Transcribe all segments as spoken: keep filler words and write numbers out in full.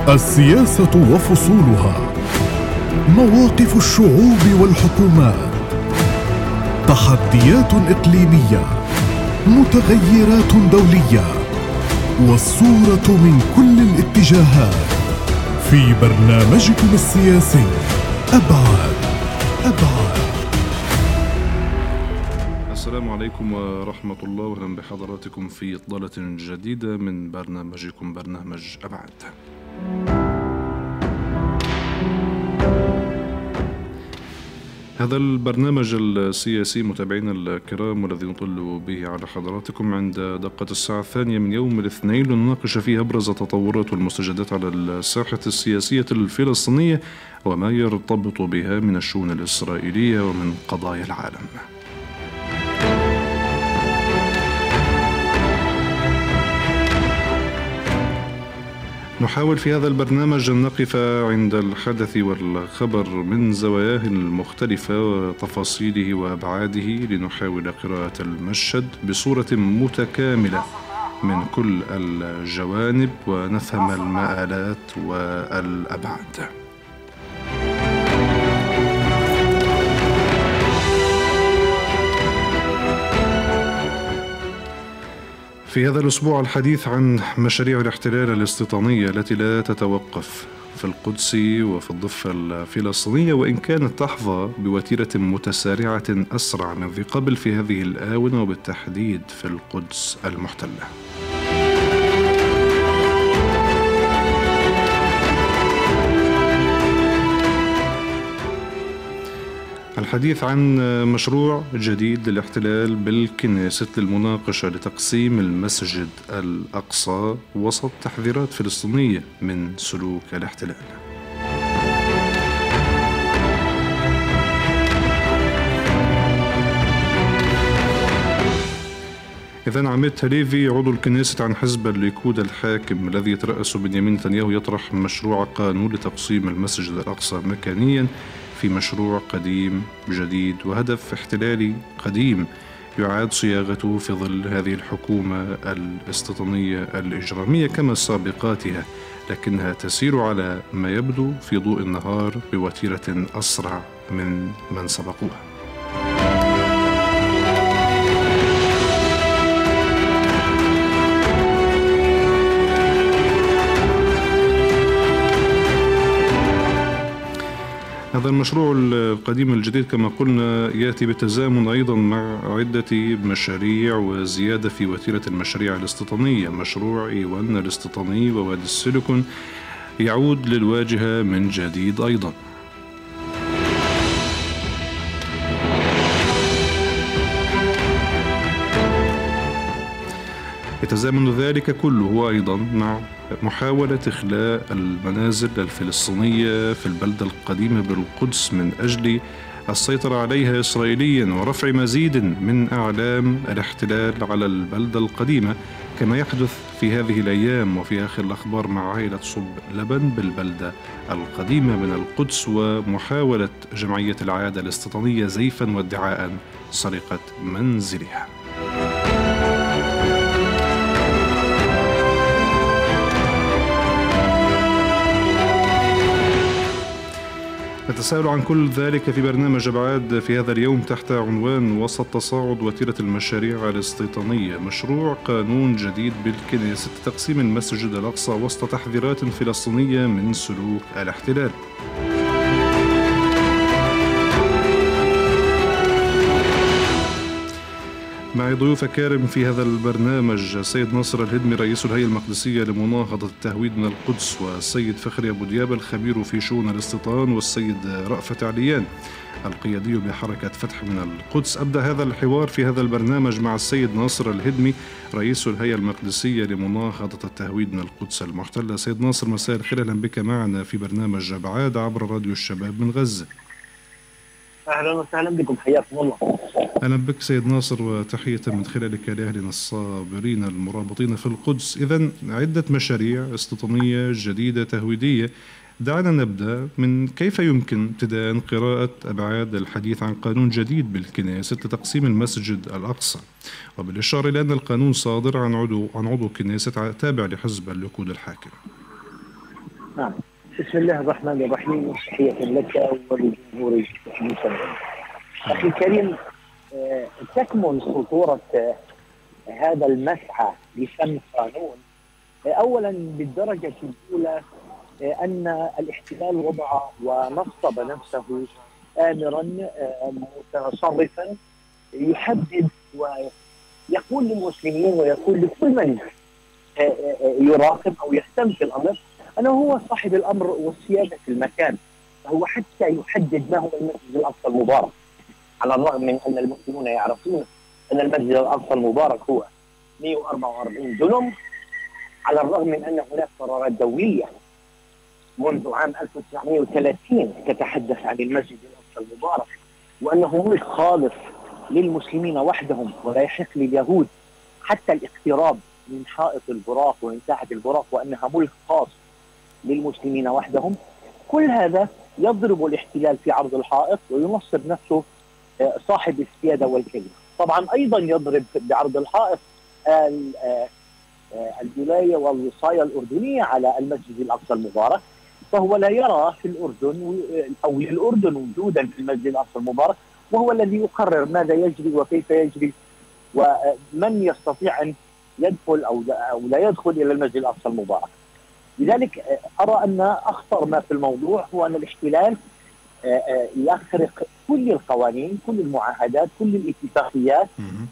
السياسة وفصولها، مواقف الشعوب والحكومات، تحديات إقليمية، متغيرات دولية، والصورة من كل الاتجاهات في برنامجكم السياسي أبعاد أبعاد. السلام عليكم ورحمة الله، وأهلا بحضراتكم في إطلالة جديدة من برنامجكم برنامج أبعاد. هذا البرنامج السياسي متابعينا الكرام والذي نطل به على حضراتكم عند دقة الساعة الثانية من يوم الاثنين، لنناقش فيه أبرز التطورات والمستجدات على الساحة السياسية الفلسطينية وما يرتبط بها من الشؤون الإسرائيلية ومن قضايا العالم. نحاول في هذا البرنامج أن نقف عند الحدث والخبر من زواياه المختلفة وتفاصيله وأبعاده، لنحاول قراءة المشهد بصورة متكاملة من كل الجوانب ونفهم المآلات والأبعاد. في هذا الأسبوع الحديث عن مشاريع الاحتلال الاستيطانية التي لا تتوقف في القدس وفي الضفة الفلسطينية، وإن كانت تحظى بوتيرة متسارعة أسرع من ذي قبل في هذه الآونة، وبالتحديد في القدس المحتلة. الحديث عن مشروع جديد للاحتلال بالكنيسة للمناقشة لتقسيم المسجد الأقصى وسط تحذيرات فلسطينية من سلوك الاحتلال. إذن عميد هليفي عضو الكنيسة عن حزب الليكود الحاكم الذي يترأس بنيامين نتنياهو يطرح مشروع قانون لتقسيم المسجد الأقصى مكانيا في مشروع قديم جديد وهدف احتلالي قديم يعاد صياغته في ظل هذه الحكومة الاستيطانية الإجرامية كما سابقاتها، لكنها تسير على ما يبدو في ضوء النهار بوتيرة أسرع من من سبقوها. هذا المشروع القديم الجديد كما قلنا يأتي بالتزامن أيضا مع عدة مشاريع وزيادة في وتيرة المشاريع الاستيطانية. مشروع إيوان الاستيطاني ووادي السيليكون يعود للواجهة من جديد أيضا. يتزامن ذلك كله أيضا مع محاولة إخلاء المنازل الفلسطينية في البلدة القديمة بالقدس من أجل السيطرة عليها إسرائيليا ورفع مزيد من أعلام الاحتلال على البلدة القديمة، كما يحدث في هذه الأيام وفي آخر الأخبار مع عائلة صب لبن بالبلدة القديمة من القدس، ومحاولة جمعية العادة الاستيطانية زيفا وادعاء سرقة منزلها. نتساءل عن كل ذلك في برنامج أبعاد في هذا اليوم تحت عنوان وسط تصاعد وتيرة المشاريع الاستيطانية، مشروع قانون جديد بالكنيسة تقسيم المسجد الأقصى وسط تحذيرات فلسطينية من سلوك الاحتلال. معي ضيوف كارم في هذا البرنامج: السيد ناصر الهدمي رئيس الهيئة المقدسية لمناهضة التهويد من القدس، والسيد فخري أبو دياب الخبير في شؤون الاستيطان، والسيد رأفت عليان القيادي بحركة فتح من القدس. أبدأ هذا الحوار في هذا البرنامج مع السيد ناصر الهدمي رئيس الهيئة المقدسية لمناهضة التهويد من القدس المحتلة. سيد ناصر مساء الخير، أهلا بك معنا في برنامج أبعاد عبر راديو الشباب من غزة. أهلا وسهلا بكم، حياكم الله. أهلا بك سيد ناصر، وتحية من خلالك لأهلنا الصابرين المرابطين في القدس. إذن عدة مشاريع استيطانية جديدة تهويدية، دعنا نبدأ من كيف يمكن ابتداء قراءة أبعاد الحديث عن قانون جديد بالكنيسة لتقسيم المسجد الأقصى، وبالإشارة إلى أن القانون صادر عن عضو عن عضو كنيسة تابع لحزب الليكود الحاكم. نعم. بسم الله الرحمن الرحيم، تحية لك ولجمهور المستمعين. أخي الكريم، تكمن خطورة هذا المسعى لفن قانون أولا بالدرجة الأولى أن الاحتلال وضع ونصب نفسه آمرا متصرفا يحدد ويقول للمسلمين ويقول لكل من يراقب أو يهتم في الأمر أنه هو صاحب الأمر والسيادة في المكان. هو حتى يحدد ما هو المسجد الأقصى المبارك، على الرغم من أن المسلمون يعرفون أن المسجد الأقصى المبارك هو مئة وأربعة وأربعين دنم، على الرغم من أن هناك قرارات دولية منذ عام ألف وتسعمئة وثلاثين تتحدث عن المسجد الأقصى المبارك وأنه ملك خالص للمسلمين وحدهم، ولا يحق لليهود حتى الاقتراب من حائط البراق ومن ساحة البراق، وأنها ملك خاص للمسلمين وحدهم. كل هذا يضرب الاحتلال في عرض الحائط وينصب نفسه صاحب السيادة والكلمة. طبعا أيضا يضرب بعرض الحائط الولاية والوصاية الأردنية على المسجد الأقصى المبارك، فهو لا يرى في الأردن أو للأردن وجودا في المسجد الأقصى المبارك، وهو الذي يقرر ماذا يجري وكيف يجري ومن يستطيع أن يدخل أو لا يدخل إلى المسجد الأقصى المبارك. لذلك أرى أن أخطر ما في الموضوع هو أن الاحتلال يخرق كل القوانين، كل المعاهدات، كل الاتفاقيات،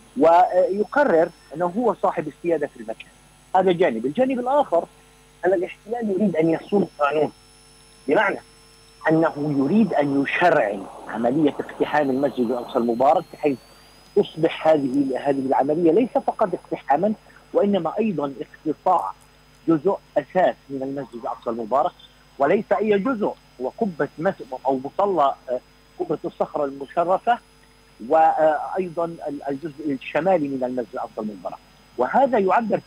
ويقرر أنه هو صاحب السيادة في المكان. هذا جانب. الجانب الآخر أن الاحتلال يريد أن يصون قانون، بمعنى أنه يريد أن يشرع عملية اقتحام المسجد الأقصى المبارك بحيث تصبح هذه هذه العملية ليس فقط اقتحاما، وإنما أيضا اقتطاع جزء أساس من المسجد الأقصى المبارك، وليس أي جزء، وقبة مسجد أو مصلى قبة الصخرة المشرفة، وأيضا الجزء الشمالي من المسجد الأقصى المبارك. وهذا يعبر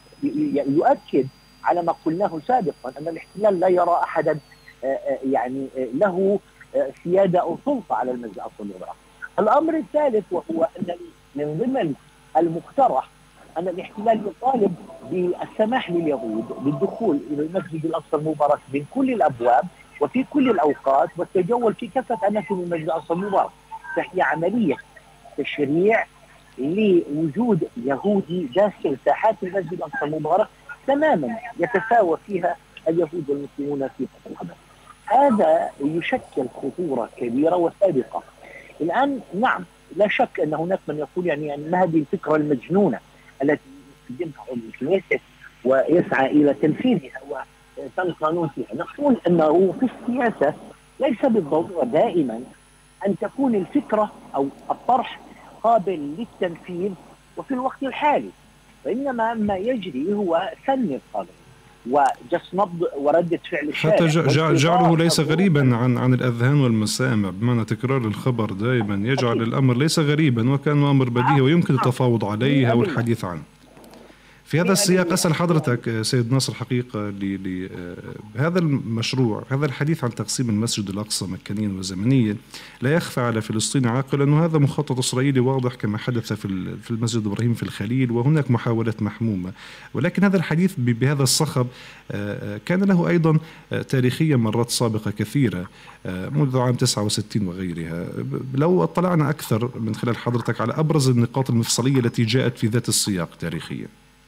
يؤكد على ما قلناه سابقا أن الاحتلال لا يرى أحدا يعني له سيادة أو سلطة على المسجد الأقصى المبارك. الأمر الثالث وهو أن من ضمن المقترح أن الاحتلال يطالب بالسماح لليهود بالدخول إلى المسجد الأقصى المبارك من كل الأبواب وفي كل الأوقات والتجول في كافة أماكن المسجد الأقصى المبارك. فهي عملية تشريع لوجود يهودي داخل ساحات المسجد الأقصى المبارك تماما يتساوى فيها اليهود والمسلمون في الأبد. هذا يشكل خطورة كبيرة وسابقة. الآن نعم لا شك أن هناك من يقول يعني أن هذه الفكرة المجنونة التي يقدمها الكنيست ويسعى إلى تنفيذها وتم قانون فيها. نقول أنه في السياسة ليس بالضرورة دائما أن تكون الفكرة أو الطرح قابل للتنفيذ وفي الوقت الحالي، فإنما ما يجري هو سن القانون وجس نبض وردة فعل الشارع، حتى جعله ليس غريبا عن عن الأذهان والمسامع، بمعنى تكرار الخبر دائما يجعل الأمر ليس غريبا وكان أمر بديهي ويمكن التفاوض عليه والحديث عنه. في هذا السياق أسأل حضرتك سيد ناصر حقيقة هذا المشروع، هذا الحديث عن تقسيم المسجد الأقصى مكانيا وزمنيا، لا يخفى على فلسطين عاقل أنه هذا مخطط إسرائيلي واضح كما حدث في في المسجد إبراهيم في الخليل، وهناك محاولات محمومة، ولكن هذا الحديث بهذا الصخب كان له أيضا تاريخيا مرات سابقة كثيرة منذ عام تسعة وستين وغيرها. لو اطلعنا أكثر من خلال حضرتك على أبرز النقاط المفصلية التي جاءت في ذات السياق تاريخيا.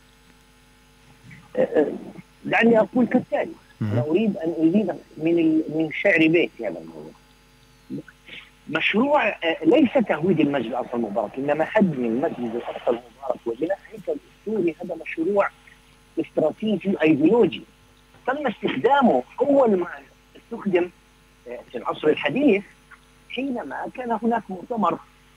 دعني أقول كالتالي. أنا أريد أن أزيد من من شعر بيتي هذا الموضوع. مشروع ليس تهويد المسجد الأقصى المبارك، إنما هدم المسجد الأقصى المبارك وبناء هيكل أسطوري. هذا مشروع استراتيجي أيديولوجي تم استخدامه أول ما استخدم في العصر الحديث حينما كان هناك مؤتمر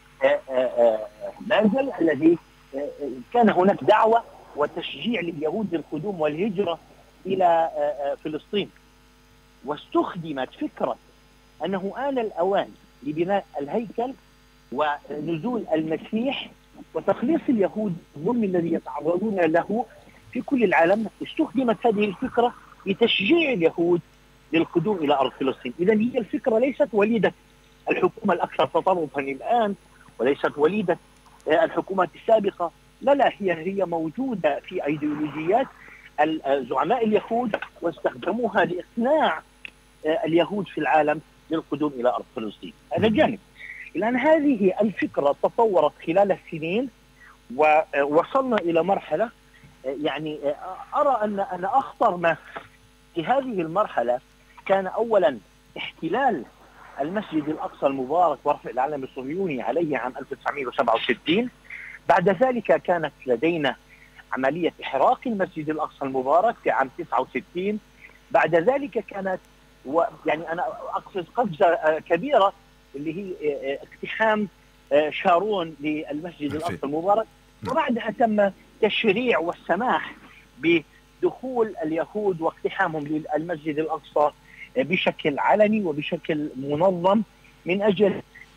بازل الذي كان هناك دعوة وتشجيع لليهود للقدوم والهجرة إلى فلسطين، واستخدمت فكرة أنه آن الأوان لبناء الهيكل ونزول المسيح وتخليص اليهود الظلم الذي يتعرضون له في كل العالم. استخدمت هذه الفكرة لتشجيع اليهود للقدوم إلى أرض فلسطين. إذن هي الفكرة ليست وليدة الحكومة الأكثر تطرفا الآن وليست وليدة الحكومات السابقة، لا لا هي هي موجودة في أيديولوجيات زعماء اليهود واستخدموها لإقناع اليهود في العالم للقدوم إلى أرض فلسطين. هذا جانب. الآن هذه الفكرة تطورت خلال السنين ووصلنا إلى مرحلة، يعني أرى أن أن أخطر ما في هذه المرحلة كان أولا احتلال المسجد الأقصى المبارك ورفع العلم الصهيوني عليه عام ألف وتسعمائة وسبعة وستين. بعد ذلك كانت لدينا عملية إحراق المسجد الأقصى المبارك في عام تسعة وستين. بعد ذلك كانت يعني أنا أقصد قفزة كبيرة اللي هي اقتحام شارون للمسجد الأقصى المبارك، وبعدها تم تشريع والسماح بدخول اليهود واقتحامهم للمسجد الأقصى بشكل علني وبشكل منظم من أجل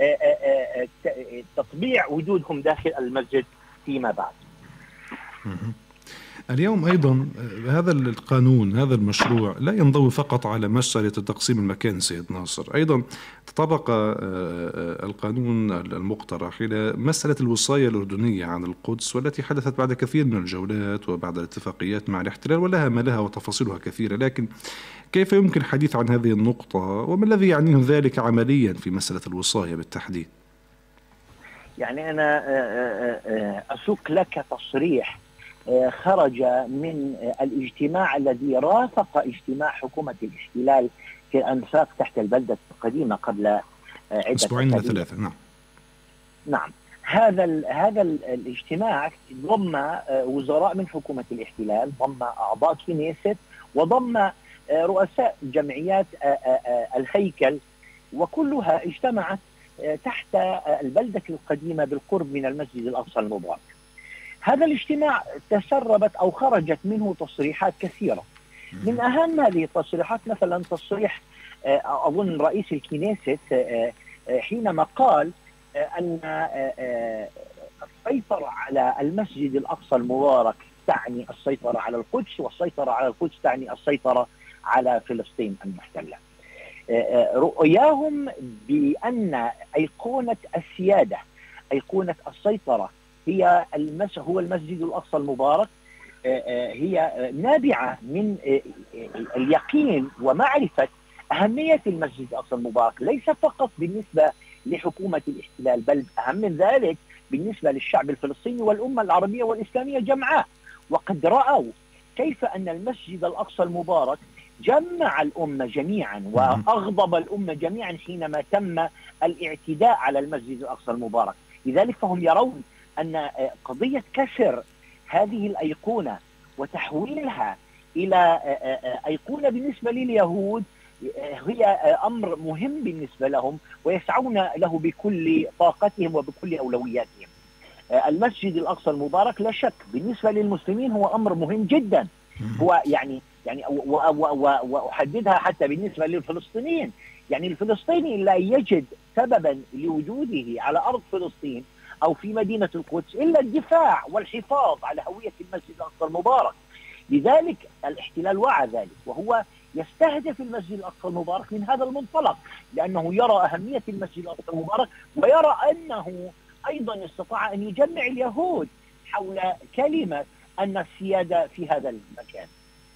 تطبيع وجودهم داخل المسجد فيما بعد. اليوم أيضا هذا القانون، هذا المشروع لا ينضوي فقط على مسألة تقسيم المكان سيد ناصر، أيضا تطرق القانون المقترح إلى مسألة الوصاية الأردنية عن القدس، والتي حدثت بعد كثير من الجولات وبعد الاتفاقيات مع الاحتلال، ولها ما لها وتفاصيلها كثيرة. لكن كيف يمكن الحديث عن هذه النقطة وما الذي يعنيه ذلك عمليا في مسألة الوصاية بالتحديد؟ يعني أنا أسوق لك تصريح خرج من الاجتماع الذي رافق اجتماع حكومة الاحتلال في الأنفاق تحت البلدة القديمة قبل عدة أسبوعين ولا ثلاثة. نعم نعم هذا ال هذا ال الاجتماع ضم وزراء من حكومة الاحتلال، ضم أعضاء كنيست، وضم رؤساء جمعيات الهيكل، وكلها اجتمعت تحت البلدة القديمة بالقرب من المسجد الأقصى المبارك. هذا الاجتماع تسربت أو خرجت منه تصريحات كثيرة. من أهم هذه التصريحات مثلا تصريح أظن رئيس الكنيست حينما قال أن السيطرة على المسجد الأقصى المبارك تعني السيطرة على القدس، والسيطرة على القدس تعني السيطرة على فلسطين المحتلة. رؤياهم بأن أيقونة السيادة، أيقونة السيطرة هي المس هو المسجد الأقصى المبارك، هي نابعة من اليقين ومعرفة أهمية المسجد الأقصى المبارك، ليس فقط بالنسبة لحكومة الاحتلال، بل أهم من ذلك بالنسبة للشعب الفلسطيني والأمة العربية والإسلامية جمعاء. وقد رأوا كيف أن المسجد الأقصى المبارك جمع الأمة جميعا وأغضب الأمة جميعا حينما تم الاعتداء على المسجد الأقصى المبارك. لذلك فهم يرون أن قضية كسر هذه الأيقونة وتحويلها إلى أيقونة بالنسبة لليهود هي أمر مهم بالنسبة لهم، ويسعون له بكل طاقتهم وبكل أولوياتهم. المسجد الأقصى المبارك لا شك بالنسبة للمسلمين هو أمر مهم جدا، هو يعني يعني وأحددها حتى بالنسبة للفلسطينيين، يعني الفلسطيني لا يجد سببا لوجوده على أرض فلسطين أو في مدينة القدس إلا الدفاع والحفاظ على هوية المسجد الأقصى المبارك. لذلك الاحتلال وعى ذلك، وهو يستهدف المسجد الأقصى المبارك من هذا المنطلق، لأنه يرى أهمية المسجد الأقصى المبارك، ويرى أنه أيضا استطاع أن يجمع اليهود حول كلمة أن السيادة في هذا المكان.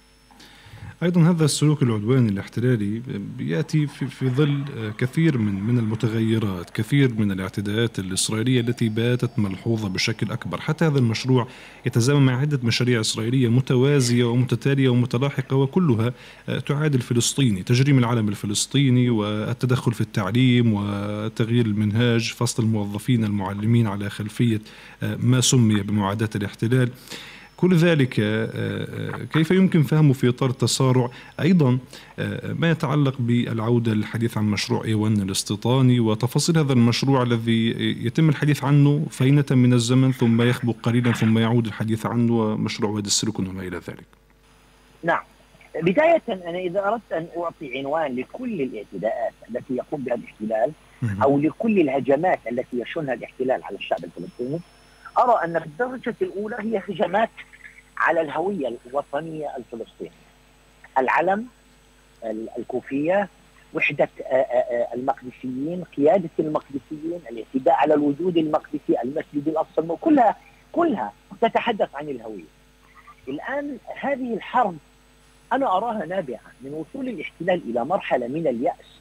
أيضا هذا السلوك العدواني الاحتلالي يأتي في, في ظل كثير من من المتغيرات، كثير من الاعتداءات الإسرائيلية التي باتت ملحوظة بشكل أكبر. حتى هذا المشروع يتزامن مع عدة مشاريع إسرائيلية متوازية ومتتالية ومتلاحقة، وكلها تعادل الفلسطيني: تجريم العلم الفلسطيني، والتدخل في التعليم، وتغيير المنهاج، فصل الموظفين المعلمين على خلفية ما سمي بمعاداة الاحتلال. كل ذلك كيف يمكن فهمه في إطار التسارع؟ أيضا ما يتعلق بالعودة للحديث عن مشروع إيوان الاستيطاني وتفاصيل هذا المشروع الذي يتم الحديث عنه فينة من الزمن ثم يخبو قليلا ثم يعود الحديث عنه، ومشروع وادي السلوكن وما إلى ذلك. نعم، بداية أنا إذا أردت أن أعطي عنوان لكل الاعتداءات التي يقوم بها الاحتلال أو لكل الهجمات التي يشنها الاحتلال على الشعب الفلسطيني، أرى أن بالدرجة الأولى هي هجمات على الهوية الوطنية الفلسطينية: العلم، الكوفية، وحدة المقدسيين، قيادة المقدسيين، الاعتداء على الوجود المقدسي، المسجد الأقصى، كلها كلها تتحدث عن الهوية. الآن هذه الحرب أنا أراها نابعة من وصول الاحتلال إلى مرحلة من اليأس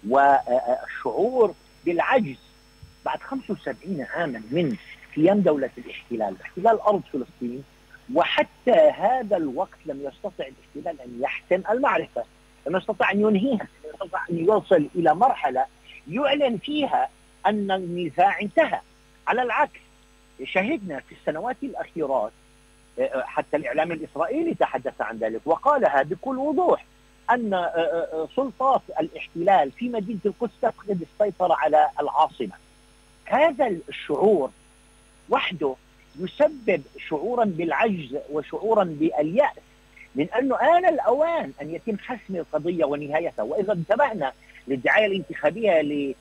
والشعور بالعجز بعد خمسة وسبعين عاما من قيام دولة الاحتلال، احتلال أرض فلسطين، وحتى هذا الوقت لم يستطع الاحتلال أن يحسم المعركة، لم يستطع أن ينهيها، لم يستطع أن يوصل إلى مرحلة يعلن فيها أن النزاع انتهى. على العكس، شهدنا في السنوات الأخيرات حتى الإعلام الإسرائيلي تحدث عن ذلك وقالها بكل وضوح أن سلطات الاحتلال في مدينة القدس تفقد السيطرة على العاصمة. هذا الشعور وحده يسبب شعورا بالعجز وشعورا باليأس من أنه آن الأوان أن يتم حسم القضية ونهايتها. وإذا انتبهنا للدعاية الانتخابية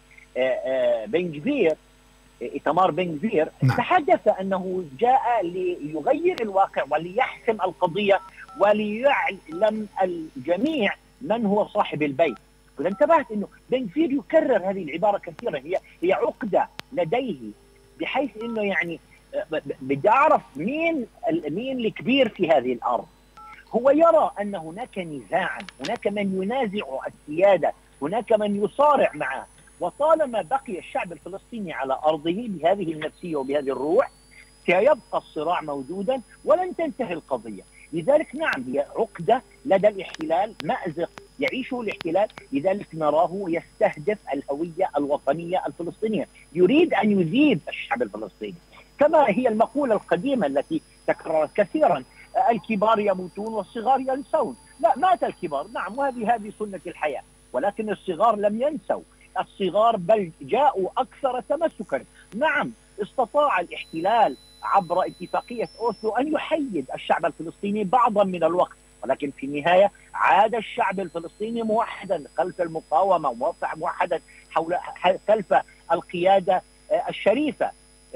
لبن جفير، إيتمار بن جفير، تحدث أنه جاء ليغير الواقع وليحسم القضية وليعلم الجميع من هو صاحب البيت. وإذا انتبهت أنه بن جفير يكرر هذه العبارة كثيرا، هي هي عقدة لديه، بحيث أنه يعني بدي أعرف مين مين الكبير في هذه الأرض. هو يرى أن هناك نزاعا، هناك من ينازع السيادة، هناك من يصارع معه، وطالما بقي الشعب الفلسطيني على أرضه بهذه النفسية وبهذه الروح سيبقى الصراع موجودا ولن تنتهي القضية. لذلك نعم، هي عقدة لدى الاحتلال، مأزق يعيشه الاحتلال، لذلك نراه يستهدف الهوية الوطنية الفلسطينية، يريد أن يذيب الشعب الفلسطيني، كما هي المقولة القديمة التي تكررت كثيرا: الكبار يموتون والصغار ينسون. لا، مات الكبار نعم، وهذه هذه سنة الحياة، ولكن الصغار لم ينسوا، الصغار بل جاءوا أكثر تمسكا. نعم، استطاع الاحتلال عبر اتفاقية أوسلو أن يحيد الشعب الفلسطيني بعضا من الوقت، ولكن في النهاية عاد الشعب الفلسطيني موحدا خلف المقاومة، موحدا حول خلف القيادة الشريفة،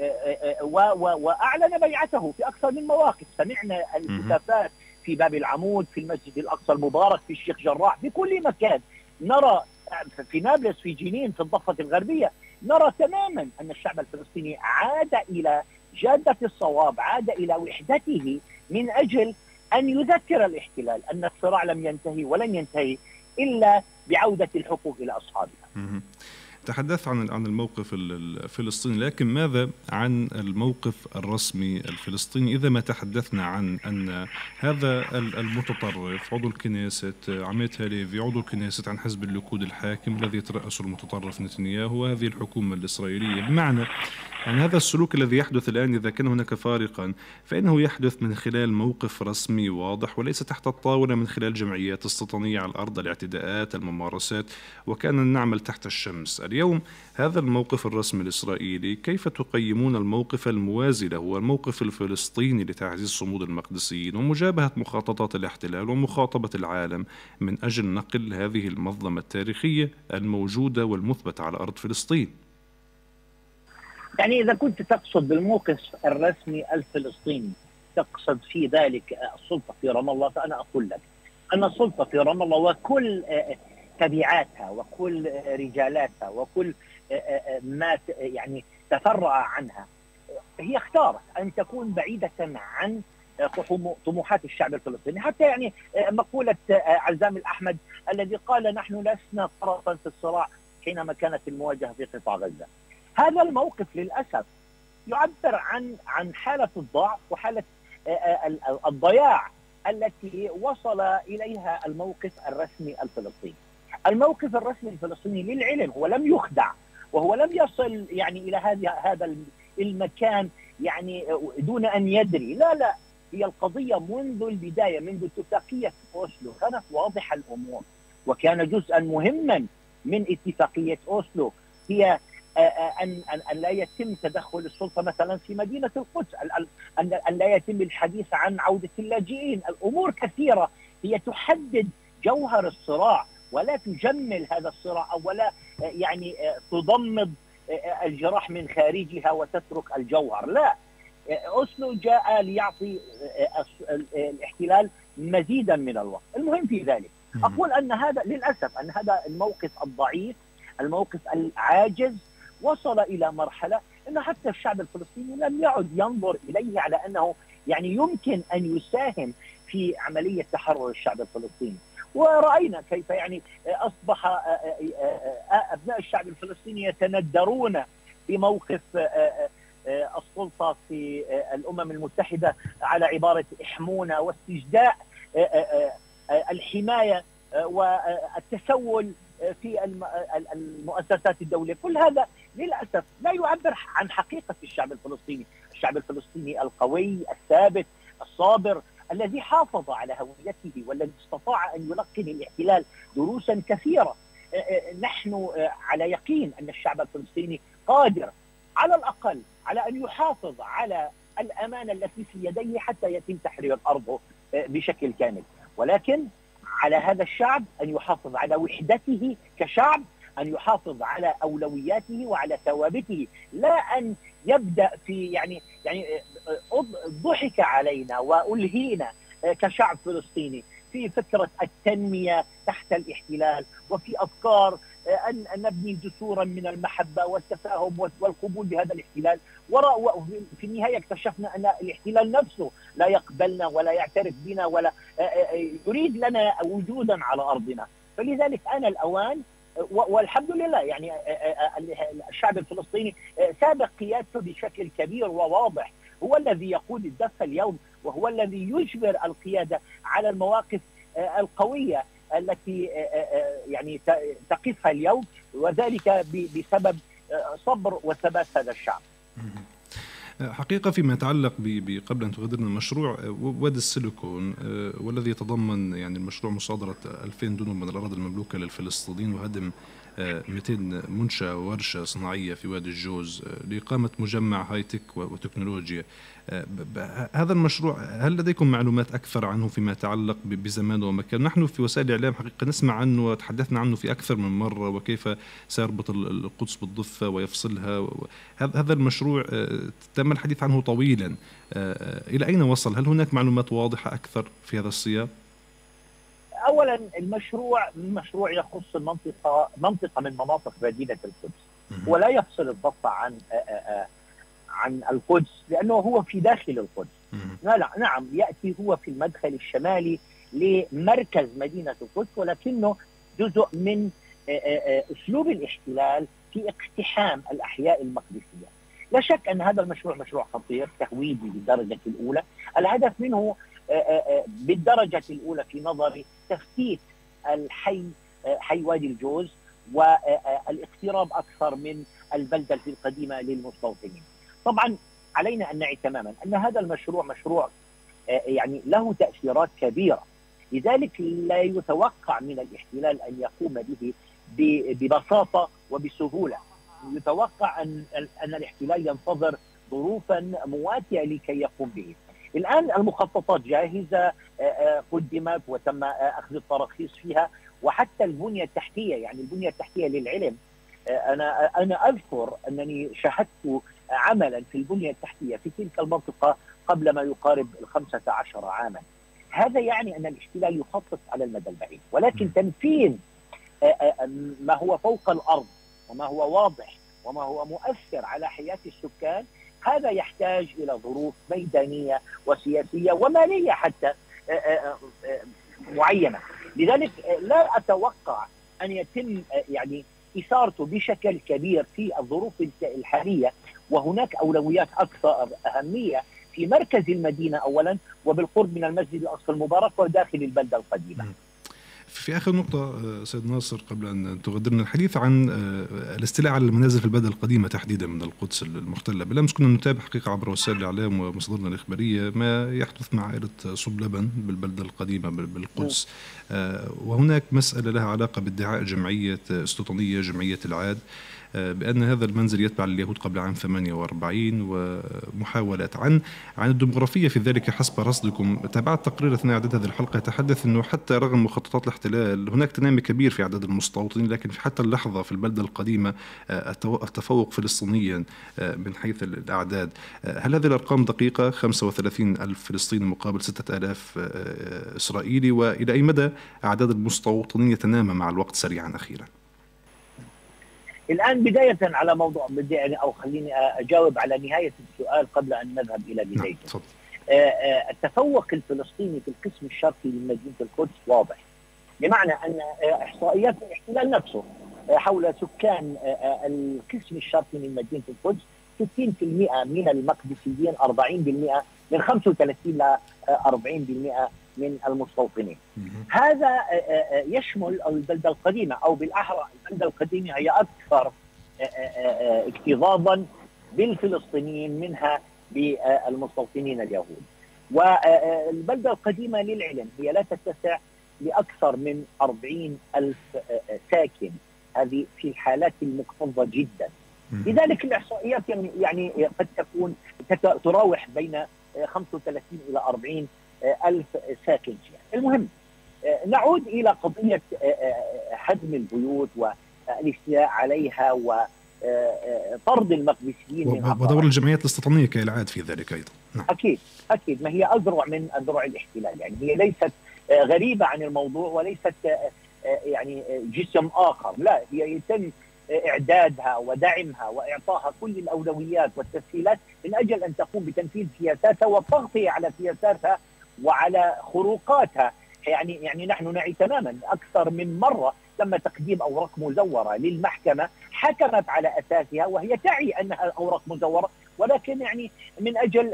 وأعلن بيعته في أكثر من مواقف. سمعنا الهتافات في باب العمود، في المسجد الأقصى المبارك، في الشيخ جراح، في كل مكان. نرى في نابلس، في جنين، في الضفة الغربية، نرى تماما أن الشعب الفلسطيني عاد إلى جادة الصواب، عاد إلى وحدته من أجل أن يذكر الاحتلال أن الصراع لم ينتهي ولن ينتهي إلا بعودة الحقوق إلى أصحابها. تحدث عن عن الموقف الفلسطيني، لكن ماذا عن الموقف الرسمي الفلسطيني؟ إذا ما تحدثنا عن أن هذا المتطرف عضو الكنيست عميت هاليفي عضو الكنيست عن حزب الليكود الحاكم الذي يترأسه المتطرف نتنياهو وهذه الحكومة الإسرائيلية، بمعنى يعني هذا السلوك الذي يحدث الآن إذا كان هناك فارقا فإنه يحدث من خلال موقف رسمي واضح وليس تحت الطاولة من خلال جمعيات استيطانية على الأرض، الاعتداءات، الممارسات، وكان نعمل تحت الشمس. اليوم هذا الموقف الرسمي الإسرائيلي، كيف تقيمون الموقف الموازي له هو الموقف الفلسطيني لتعزيز صمود المقدسيين ومجابهة مخططات الاحتلال ومخاطبة العالم من أجل نقل هذه المنظمة التاريخية الموجودة والمثبتة على أرض فلسطين؟ يعني إذا كنت تقصد بالموقف الرسمي الفلسطيني تقصد في ذلك السلطة في رام الله، فأنا أقول لك أن السلطة في رام الله وكل تبعاتها وكل رجالاتها وكل ما يعني تفرع عنها هي اختارت أن تكون بعيدة عن طموحات الشعب الفلسطيني. حتى يعني مقولة عزام الأحمد الذي قال: نحن لسنا طرفا في الصراع حينما كانت المواجهة في قطاع غزة. هذا الموقف للأسف يعبر عن عن حالة الضعف وحالة الضياع التي وصل إليها الموقف الرسمي الفلسطيني. الموقف الرسمي الفلسطيني للعلم هو لم يخدع، وهو لم يصل يعني إلى هذا هذا المكان يعني دون أن يدري. لا لا هي القضية منذ البداية، منذ اتفاقية أوسلو كانت واضحة الأمور، وكان جزءا مهما من اتفاقية أوسلو هي أن أن لا يتم تدخل السلطة مثلا في مدينة القدس، أن أن لا يتم الحديث عن عودة اللاجئين. الأمور كثيرة هي تحدد جوهر الصراع ولا تجمل هذا الصراع أو ولا يعني تضمد الجراح من خارجها وتترك الجوهر. لا، أوسلو جاء ليعطي الاحتلال مزيدا من الوقت. المهم في ذلك أقول أن هذا للأسف أن هذا الموقف الضعيف، الموقف العاجز، وصل إلى مرحلة أن حتى الشعب الفلسطيني لم يعد ينظر إليه على أنه يعني يمكن أن يساهم في عملية تحرر الشعب الفلسطيني. ورأينا كيف يعني أصبح أبناء الشعب الفلسطيني يتندرون بموقف السلطة في الأمم المتحدة على عبارة احمونا، واستجداء الحماية والتسول في المؤسسات الدولية. كل هذا للأسف لا يعبر عن حقيقة الشعب الفلسطيني، الشعب الفلسطيني القوي الثابت الصابر الذي حافظ على هويته والذي استطاع أن يلقن الاحتلال دروسا كثيرة. نحن على يقين أن الشعب الفلسطيني قادر على الأقل على أن يحافظ على الأمانة التي في يديه حتى يتم تحرير أرضه بشكل كامل، ولكن على هذا الشعب أن يحافظ على وحدته كشعب، أن يحافظ على أولوياته وعلى ثوابته، لا أن يبدأ في يعني يعني ضحك علينا وألهينا كشعب فلسطيني في فكرة التنمية تحت الاحتلال، وفي أفكار أن نبني جسورا من المحبة والتفاهم والقبول بهذا الاحتلال، وفي النهاية اكتشفنا أن الاحتلال نفسه لا يقبلنا ولا يعترف بنا ولا يريد لنا وجودا على أرضنا. فلذلك أنا الأوان والحمد لله يعني الشعب الفلسطيني سابق قيادته بشكل كبير وواضح، هو الذي يقود الدفة اليوم، وهو الذي يجبر القيادة على المواقف القوية التي يعني تقفها اليوم، وذلك بسبب صبر وثبات هذا الشعب. حقيقة فيما يتعلق قبل أن تغادرنا مشروع وادي السيليكون والذي يتضمن يعني المشروع مصادرة ألفين دونم من الأراضي المملوكة للفلسطينيين وهدم مئتين منشأة وورشة صناعية في وادي الجوز لإقامة مجمع هاي تك وتكنولوجيا. هذا المشروع هل لديكم معلومات أكثر عنه فيما يتعلق بزمان ومكان؟ نحن في وسائل الإعلام حقيقة نسمع عنه وتحدثنا عنه في أكثر من مرة، وكيف سيربط القدس بالضفة ويفصلها. هذا المشروع تم الحديث عنه طويلا، إلى أين وصل؟ هل هناك معلومات واضحة أكثر في هذا السياق؟ أولا المشروع مشروع يخص المنطقة منطقة من مناطق مدينة القدس، ولا يفصل الضفة عن عن القدس لأنه هو في داخل القدس. لا نعم يأتي هو في المدخل الشمالي لمركز مدينة القدس، ولكنه جزء من أسلوب الاحتلال في اقتحام الأحياء المقدسية. لا شك أن هذا المشروع مشروع خطير تهويدي بالدرجة الأولى. الهدف منه بالدرجة الأولى في نظري تفتيت الحي حي وادي الجوز والاقتراب أكثر من البلدة القديمة للمستوطنين. طبعا علينا أن نعي تماما أن هذا المشروع مشروع يعني له تأثيرات كبيرة، لذلك لا يتوقع من الاحتلال أن يقوم به ببساطة وبسهولة. يتوقع أن أن الاحتلال ينتظر ظروفا مواتية لكي يقوم به. الآن المخططات جاهزة قدمت وتم أخذ التراخيص فيها، وحتى البنية التحتية يعني البنية التحتية للعلم، أنا أنا أذكر أنني شاهدت عملا في البنية التحتية في تلك المنطقة قبل ما يقارب الخمسة عشر عاما. هذا يعني أن الاحتلال يخطط على المدى البعيد، ولكن تنفيذ ما هو فوق الأرض وما هو واضح وما هو مؤثر على حياة السكان هذا يحتاج إلى ظروف ميدانية وسياسية ومالية حتى معينة. لذلك لا أتوقع أن يتم يعني إثارته بشكل كبير في الظروف الحالية، وهناك أولويات أكثر أهمية في مركز المدينة أولا وبالقرب من المسجد الأقصى المبارك وداخل البلدة القديمة. في آخر نقطة سيد ناصر قبل أن تغادرنا، الحديث عن الاستيلاء على المنازل في البلدة القديمة تحديدا من القدس المحتلة. بالأمس كنا نتابع حقيقة عبر وسائل الإعلام ومصادرنا الإخبارية ما يحدث مع عائلة صب لبن بالبلدة القديمة بالقدس، وهناك مسألة لها علاقة بادعاء جمعية استوطنية جمعية العاد بأن هذا المنزل يتبع لليهود قبل عام ثمانية وأربعين، ومحاولات عن عن الديمغرافية في ذلك حسب رصدكم. تابعت تقرير أثناء إعداد هذه الحلقة يتحدث أنه حتى رغم مخططات الاحتلال هناك تنامي كبير في أعداد المستوطنين، لكن في حتى اللحظة في البلدة القديمة التفوق فلسطينيا من حيث الأعداد. هل هذه الأرقام دقيقة؟ خمسة وثلاثين ألف فلسطيني مقابل ستة آلاف إسرائيلي، وإلى أي مدى أعداد المستوطنين يتنامى مع الوقت سريعا أخيرا؟ الآن بداية على موضوع بدي أو خليني أجاوب على نهاية السؤال قبل أن نذهب إلى بدايته. التفوق الفلسطيني في القسم الشرقي من مدينة القدس واضح، بمعنى أن إحصائيات الاحتلال نفسه حول سكان القسم الشرقي من مدينة القدس ستين بالمئة من المقدسيين، أربعين بالمئة من خمسة وثلاثين إلى أربعين بالمئة من المستوطنين. هذا يشمل البلدة القديمة، أو بالأحرى البلدة القديمة هي أكثر اكتظاظا بالفلسطينيين منها بالمستوطنين اليهود. والبلدة القديمة للعلم هي لا تتسع لأكثر من أربعين ألف ساكن، هذه في الحالات المكتظة جدا. لذلك الإحصائيات يعني قد تكون تراوح بين خمسة وثلاثين إلى أربعين ألف ساكن. المهم نعود إلى قضية هدم البيوت والاستيلاء عليها وطرد المقدسيين ودور الجمعيات الاستيطانية كالعاد في ذلك أيضا. نعم. أكيد أكيد ما هي أذرع من أذرع الاحتلال، يعني هي ليست غريبة عن الموضوع وليست يعني جسم آخر، لا، هي يتم إعدادها ودعمها وإعطاها كل الأولويات والتسهيلات من أجل أن تقوم بتنفيذ سياساتها والتغطية على سياساتها وعلى خروقاتها. يعني يعني نحن نعي تماما أكثر من مرة تم تقديم أوراق مزورة للمحكمة حكمت على أساسها، وهي تعي أنها أوراق مزورة، ولكن يعني من أجل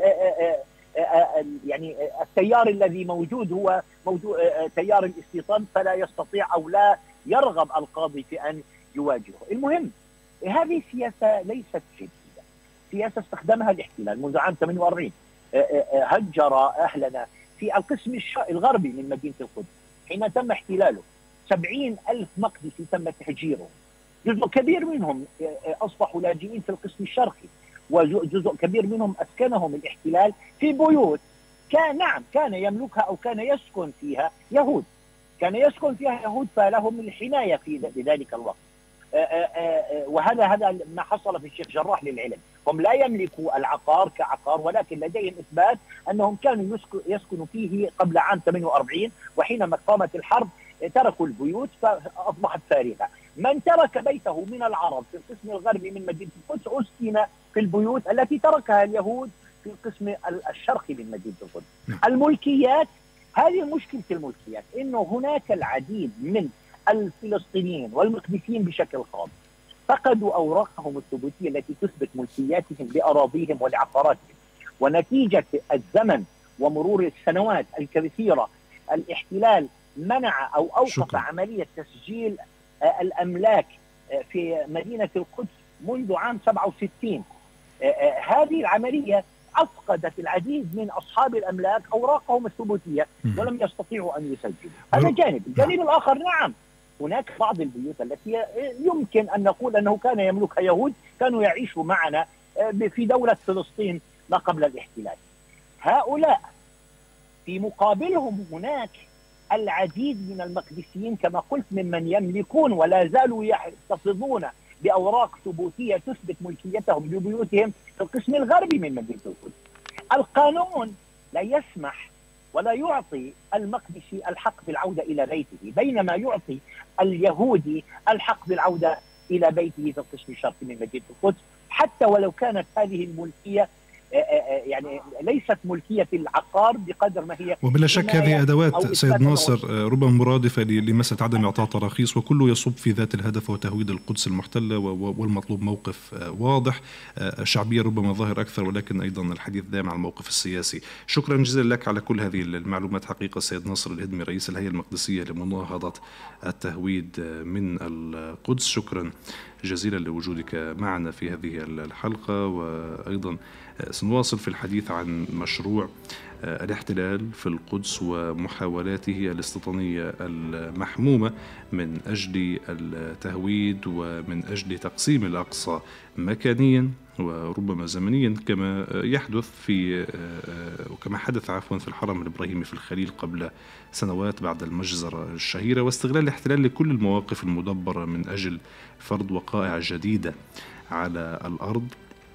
يعني التيار الذي موجود هو موجود تيار الاستيطان، فلا يستطيع أو لا يرغب القاضي في أن يواجهه. المهم هذه سياسة ليست جديدة، سياسة استخدمها الاحتلال منذ عام ثمانية وأربعين. هجر أهلنا في القسم الغربي من مدينة القدس حين تم احتلاله، سبعين ألف مقدسي تم تهجيره، جزء كبير منهم أصبحوا لاجئين في القسم الشرقي، وجزء كبير منهم أسكنهم الاحتلال في بيوت كان نعم كان يملكها أو كان يسكن فيها يهود، كان يسكن فيها يهود فلهم الحماية في ذلك الوقت. وهذا هذا ما حصل في الشيخ جراح للعلم، هم لا يملكوا العقار كعقار، ولكن لديهم إثبات أنهم كانوا يسكنوا فيه قبل عام ثمانية وأربعين، وحينما قامت الحرب تركوا البيوت فأصبحت فارغة. من ترك بيته من العرب في القسم الغربي من مدينة القدس أسكن في البيوت التي تركها اليهود في القسم الشرقي من مدينة القدس. الملكيات، هذه مشكلة الملكيات، إنه هناك العديد من الفلسطينيين والمقدسيين بشكل خاص فقدوا أوراقهم الثبوتية التي تثبت ملكياتهم لأراضيهم ولعقاراتهم، ونتيجة الزمن ومرور السنوات الكثيرة الاحتلال منع أو أوقف شكرا. عملية تسجيل الأملاك في مدينة القدس منذ عام سبعة وستين. هذه العملية أفقدت العديد من أصحاب الأملاك أوراقهم الثبوتية ولم يستطيعوا أن يسجلوا. هذا جانب. الجانب الآخر نعم هناك بعض البيوت التي يمكن أن نقول أنه كان يملكها يهود، كانوا يعيشوا معنا في دولة فلسطين ما قبل الاحتلال. هؤلاء في مقابلهم هناك العديد من المقدسيين كما قلت ممن يملكون ولا زالوا يحتفظون بأوراق ثبوتية تثبت ملكيتهم لبيوتهم في القسم الغربي من مدينة القدس. القانون لا يسمح ولا يعطي المقدسي الحق بالعودة إلى بيته، بينما يعطي اليهودي الحق بالعودة إلى بيته في القسم الشرقي من مدينة القدس، حتى ولو كانت هذه الملكية يعني ليست ملكية العقار بقدر ما هي. وبلا شك هذه أدوات سيد ناصر ربما مرادفة لمسألة عدم إعطاء تراخيص، وكله يصب في ذات الهدف وتهويد القدس المحتلة، والمطلوب موقف واضح. الشعبية ربما ظاهر أكثر، ولكن أيضا الحديث دائم عن الموقف السياسي. شكرا جزيلا لك على كل هذه المعلومات حقيقة سيد ناصر الهدمي، رئيس الهيئة المقدسية لمناهضة التهويد من القدس. شكرا جزيلا لوجودك معنا في هذه الحلقة، وأيضا سنواصل في الحديث عن مشروع الاحتلال في القدس ومحاولاته الاستيطانية المحمومة من أجل التهويد ومن أجل تقسيم الأقصى مكانيا وربما زمنيا كما يحدث في وكما حدث عفوا في الحرم الإبراهيمي في الخليل قبل سنوات بعد المجزرة الشهيرة، واستغلال الاحتلال لكل المواقف المدبرة من أجل فرض وقائع جديدة على الأرض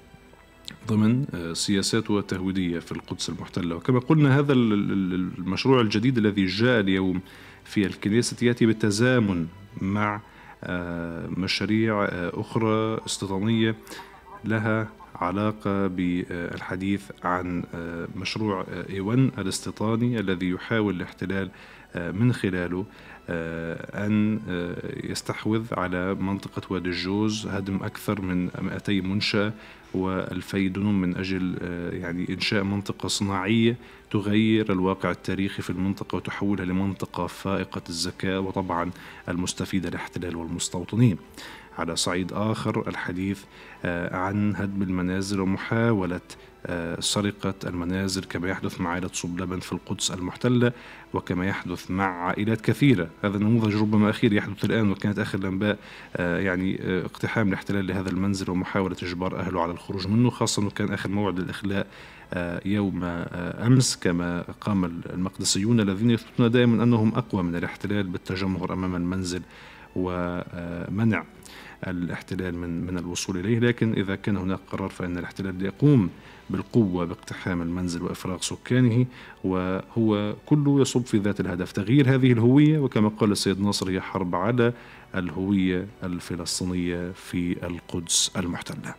ضمن سياساته التهويدية في القدس المحتلة. وكما قلنا هذا المشروع الجديد الذي جاء اليوم في الكنيسة يأتي بالتزامن مع مشاريع أخرى استيطانية لها علاقة بالحديث عن مشروع إيوان الاستيطاني الذي يحاول الاحتلال من خلاله أن يستحوذ على منطقة وادي الجوز، هدم أكثر من مئتي منشأة وألفي دنم من أجل يعني إنشاء منطقة صناعية تغير الواقع التاريخي في المنطقة وتحولها لمنطقة فائقة الذكاء وطبعا المستفيدة للاحتلال والمستوطنين. على صعيد آخر الحديث عن هدم المنازل ومحاولة سرقة المنازل كما يحدث مع عائلة صبلبن في القدس المحتلة وكما يحدث مع عائلات كثيرة. هذا النموذج ربما أخير يحدث الآن، وكانت آخر الأنباء يعني اقتحام الاحتلال لهذا المنزل ومحاولة إجبار أهله على الخروج منه، خاصة أنه كان آخر موعد للإخلاء يوم أمس كما قام المقدسيون الذين يثبتون دائما أنهم أقوى من الاحتلال بالتجمهر أمام المنزل ومنع الاحتلال من من الوصول إليه. لكن إذا كان هناك قرار فإن الاحتلال يقوم بالقوة باقتحام المنزل وإفراغ سكانه، وهو كله يصب في ذات الهدف تغيير هذه الهوية، وكما قال السيد ناصر هي حرب على الهوية الفلسطينية في القدس المحتلة.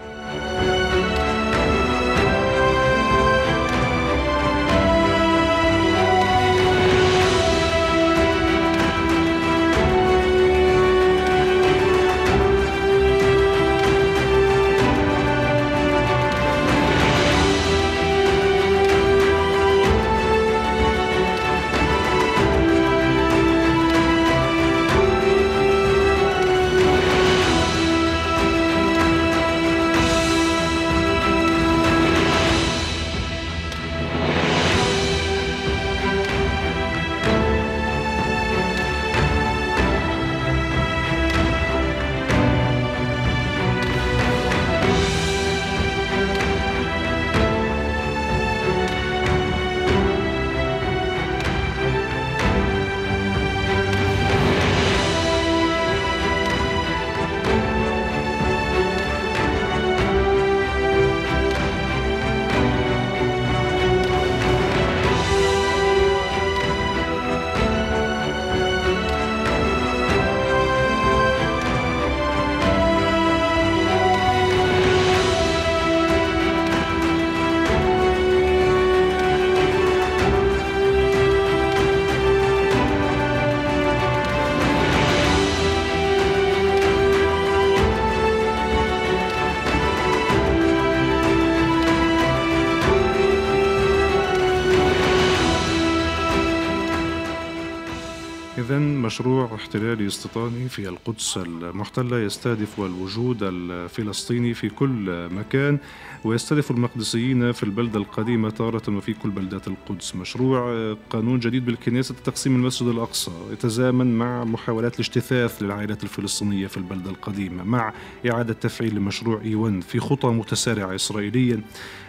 مشروع احتلالي استيطاني في القدس المحتلة يستهدف الوجود الفلسطيني في كل مكان، ويستهدف المقدسيين في البلدة القديمة تارة وفي كل بلدات القدس. مشروع قانون جديد بالكنيسة لتقسيم المسجد الأقصى يتزامن مع محاولات الاجتثاث للعائلات الفلسطينية في البلدة القديمة، مع إعادة تفعيل مشروع إيوان في خطى متسارعة إسرائيليا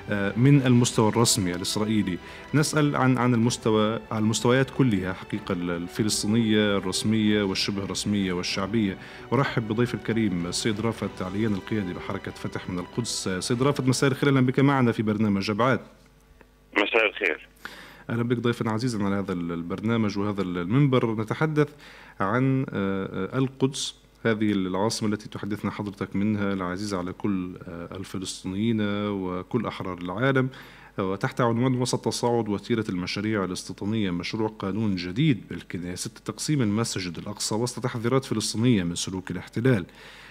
من المستوى الرسمي الإسرائيلي. نسأل عن عن المستوى على المستويات كلها حقيقة، الفلسطينية الرسمية والشبه رسمية والشعبية. أرحب بضيف الكريم السيد رافت عليان القيادي بحركة فتح من القدس. سيد رافت مساء الخير، أهلا بك معنا في برنامج أبعاد. مساء الخير، أهلا بك ضيفا عزيزا على هذا البرنامج وهذا المنبر. نتحدث عن القدس، هذه العاصمة التي تحدثنا حضرتك منها العزيزة على كل الفلسطينيين وكل أحرار العالم، وتحت عنوان وسط تصاعد وتيرة المشاريع الاستيطانية مشروع قانون جديد بالكنيسة تقسيم المسجد الأقصى وسط تحذيرات فلسطينية من سلوك الاحتلال.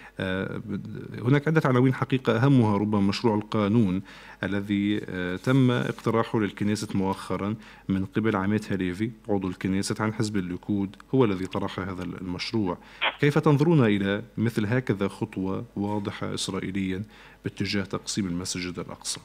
هناك عدة عناوين حقيقة، أهمها ربما مشروع القانون الذي تم اقتراحه للكنيسة مؤخرا من قبل عميد هاليفي عضو الكنيسة عن حزب الليكود، هو الذي طرح هذا المشروع. كيف تنظرون إلى مثل هكذا خطوة واضحة إسرائيليا باتجاه تقسيم المسجد الأقصى؟